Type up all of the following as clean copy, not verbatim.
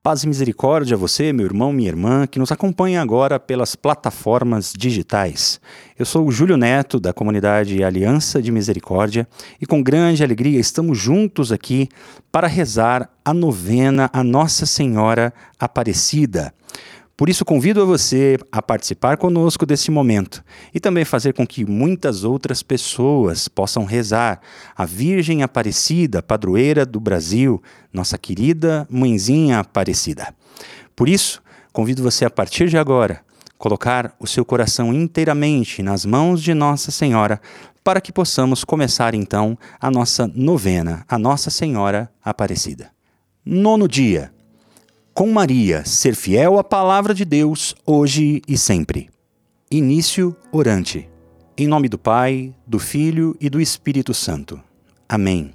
Paz e misericórdia a você, meu irmão, minha irmã, que nos acompanha agora pelas plataformas digitais. Eu sou o Júlio Neto, da comunidade Aliança de Misericórdia, e com grande alegria estamos juntos aqui para rezar a novena a Nossa Senhora Aparecida. Por isso convido a você a participar conosco desse momento e também fazer com que muitas outras pessoas possam rezar a Virgem Aparecida, padroeira do Brasil, nossa querida Mãezinha Aparecida. Por isso, convido você a partir de agora colocar o seu coração inteiramente nas mãos de Nossa Senhora para que possamos começar então a nossa novena, a Nossa Senhora Aparecida. 9º dia. Com Maria, ser fiel à palavra de Deus, hoje e sempre. Início orante. Em nome do Pai, do Filho e do Espírito Santo. Amém.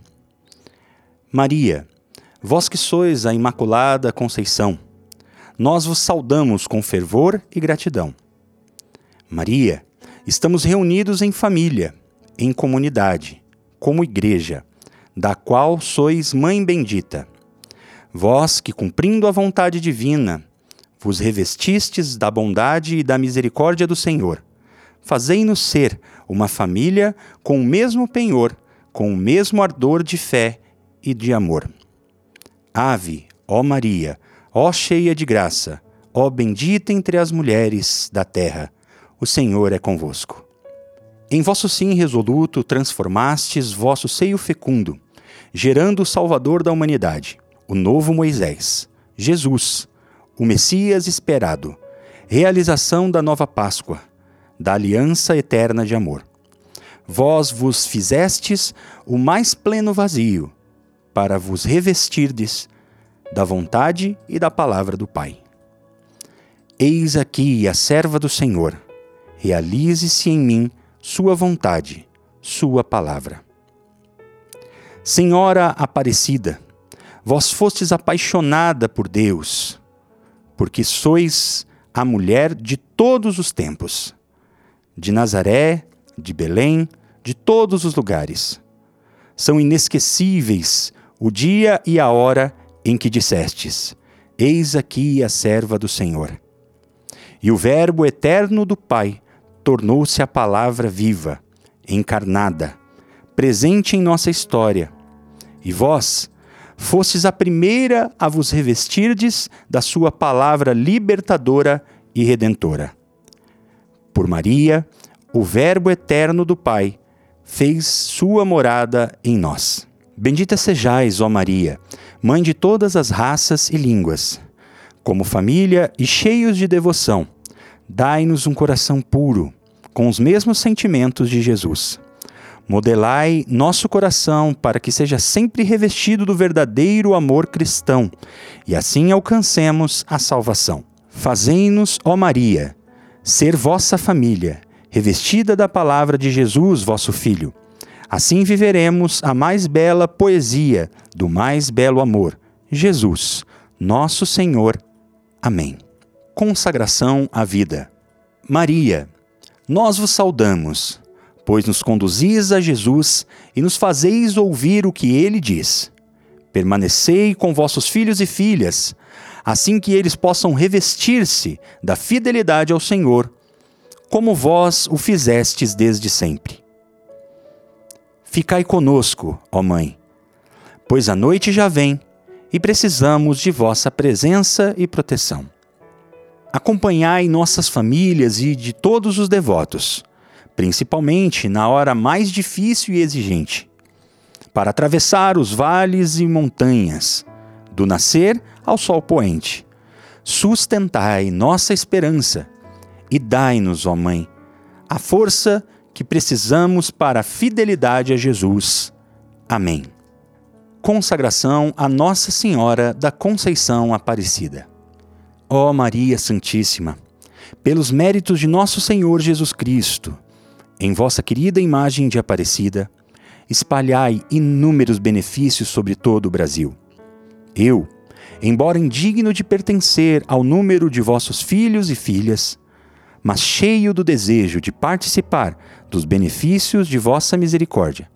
Maria, vós que sois a Imaculada Conceição, nós vos saudamos com fervor e gratidão. Maria, estamos reunidos em família, em comunidade, como igreja, da qual sois Mãe bendita. Vós que, cumprindo a vontade divina, vos revestistes da bondade e da misericórdia do Senhor, fazei-nos ser uma família com o mesmo penhor, com o mesmo ardor de fé e de amor. Ave, ó Maria, ó cheia de graça, ó bendita entre as mulheres da terra, o Senhor é convosco. Em vosso sim resoluto transformastes vosso seio fecundo, gerando o Salvador da humanidade, o novo Moisés, Jesus, o Messias esperado, realização da nova Páscoa, da aliança eterna de amor. Vós vos fizestes o mais pleno vazio, para vos revestirdes da vontade e da palavra do Pai. Eis aqui a serva do Senhor, realize-se em mim sua vontade, sua palavra. Senhora Aparecida, vós fostes apaixonada por Deus, porque sois a mulher de todos os tempos, de Nazaré, de Belém, de todos os lugares. São inesquecíveis o dia e a hora em que dissestes: eis aqui a serva do Senhor. E o Verbo eterno do Pai tornou-se a palavra viva, encarnada, presente em nossa história. E vós fostes a primeira a vos revestirdes da sua palavra libertadora e redentora. Por Maria, o Verbo eterno do Pai fez sua morada em nós. Bendita sejais, ó Maria, Mãe de todas as raças e línguas. Como família e cheios de devoção, dai-nos um coração puro, com os mesmos sentimentos de Jesus. Modelai nosso coração para que seja sempre revestido do verdadeiro amor cristão, e assim alcancemos a salvação. Fazei-nos, ó Maria, ser vossa família, revestida da palavra de Jesus, vosso Filho. Assim viveremos a mais bela poesia do mais belo amor, Jesus, nosso Senhor. Amém. Consagração à vida. Maria, nós vos saudamos, pois nos conduzis a Jesus e nos fazeis ouvir o que ele diz. Permanecei com vossos filhos e filhas, assim que eles possam revestir-se da fidelidade ao Senhor, como vós o fizestes desde sempre. Ficai conosco, ó Mãe, pois a noite já vem e precisamos de vossa presença e proteção. Acompanhai nossas famílias e de todos os devotos, principalmente na hora mais difícil e exigente, para atravessar os vales e montanhas, do nascer ao sol poente. Sustentai nossa esperança e dai-nos, ó Mãe, a força que precisamos para a fidelidade a Jesus. Amém. Consagração a Nossa Senhora da Conceição Aparecida. Ó Maria Santíssima, pelos méritos de nosso Senhor Jesus Cristo, em vossa querida imagem de Aparecida, espalhai inúmeros benefícios sobre todo o Brasil. Eu, embora indigno de pertencer ao número de vossos filhos e filhas, mas cheio do desejo de participar dos benefícios de vossa misericórdia,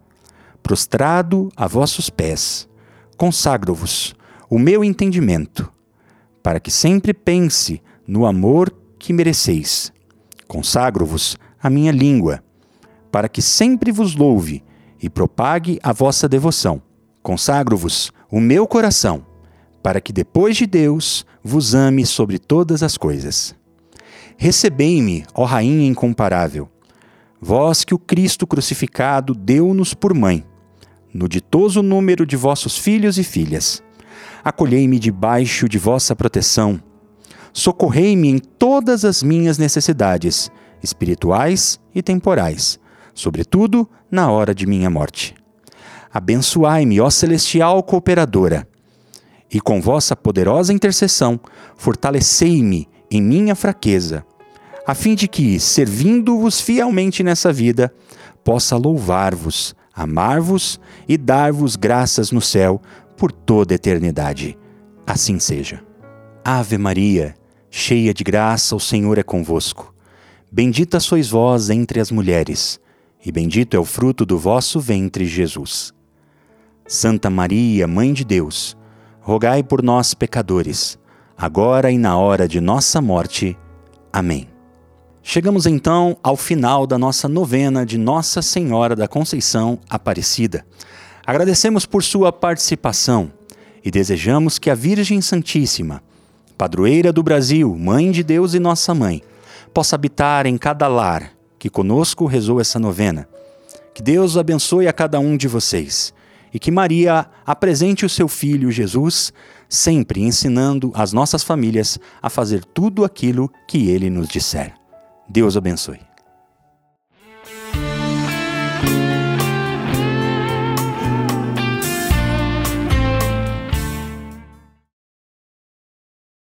prostrado a vossos pés, consagro-vos o meu entendimento, para que sempre pense no amor que mereceis. Consagro-vos a minha língua, para que sempre vos louve e propague a vossa devoção. Consagro-vos o meu coração, para que depois de Deus vos ame sobre todas as coisas. Recebei-me, ó Rainha incomparável, vós que o Cristo crucificado deu-nos por mãe, no ditoso número de vossos filhos e filhas. Acolhei-me debaixo de vossa proteção. Socorrei-me em todas as minhas necessidades, espirituais e temporais, sobretudo na hora de minha morte. Abençoai-me, ó celestial cooperadora, e com vossa poderosa intercessão, fortalecei-me em minha fraqueza, a fim de que, servindo-vos fielmente nessa vida, possa louvar-vos, amar-vos e dar-vos graças no céu por toda a eternidade. Assim seja. Ave Maria, cheia de graça, o Senhor é convosco. Bendita sois vós entre as mulheres, e bendito é o fruto do vosso ventre, Jesus. Santa Maria, Mãe de Deus, rogai por nós, pecadores, agora e na hora de nossa morte. Amém. Chegamos então ao final da nossa novena de Nossa Senhora da Conceição Aparecida. Agradecemos por sua participação e desejamos que a Virgem Santíssima, padroeira do Brasil, Mãe de Deus e nossa Mãe, possa habitar em cada lar que conosco rezou essa novena. Que Deus abençoe a cada um de vocês e que Maria apresente o seu Filho Jesus, sempre ensinando as nossas famílias a fazer tudo aquilo que Ele nos disser. Deus abençoe.